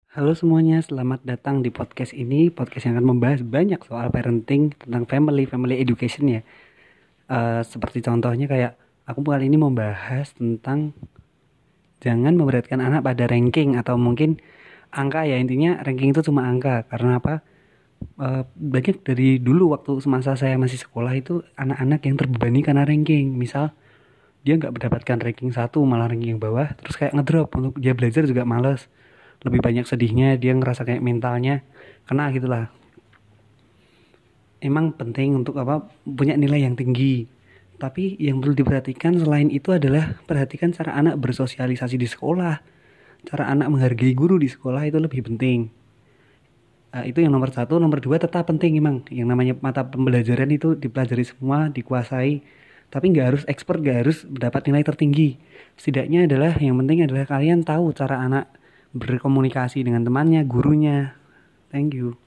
Halo semuanya, selamat datang di podcast ini. Podcast yang akan membahas banyak soal parenting, tentang family education ya. Seperti contohnya kayak aku kali ini membahas tentang jangan memberatkan anak pada ranking atau mungkin angka ya. Intinya ranking itu cuma angka. Karena apa? Banyak dari dulu waktu semasa saya masih sekolah itu anak-anak yang terbebani karena ranking. Misal dia nggak mendapatkan ranking satu malah ranking yang bawah, terus kayak ngedrop untuk dia belajar juga males, lebih banyak sedihnya, dia ngerasa kayak mentalnya kena gitulah. Emang penting untuk apa, punya nilai yang tinggi, tapi yang perlu diperhatikan selain itu adalah perhatikan cara anak bersosialisasi di sekolah, cara anak menghargai guru di sekolah itu lebih penting. Itu yang nomor satu. Nomor dua, tetap penting emang yang namanya mata pembelajaran itu dipelajari semua, dikuasai, tapi nggak harus expert, nggak harus mendapat nilai tertinggi. Setidaknya adalah yang penting adalah kalian tahu cara anak berkomunikasi dengan temannya, gurunya. Thank you.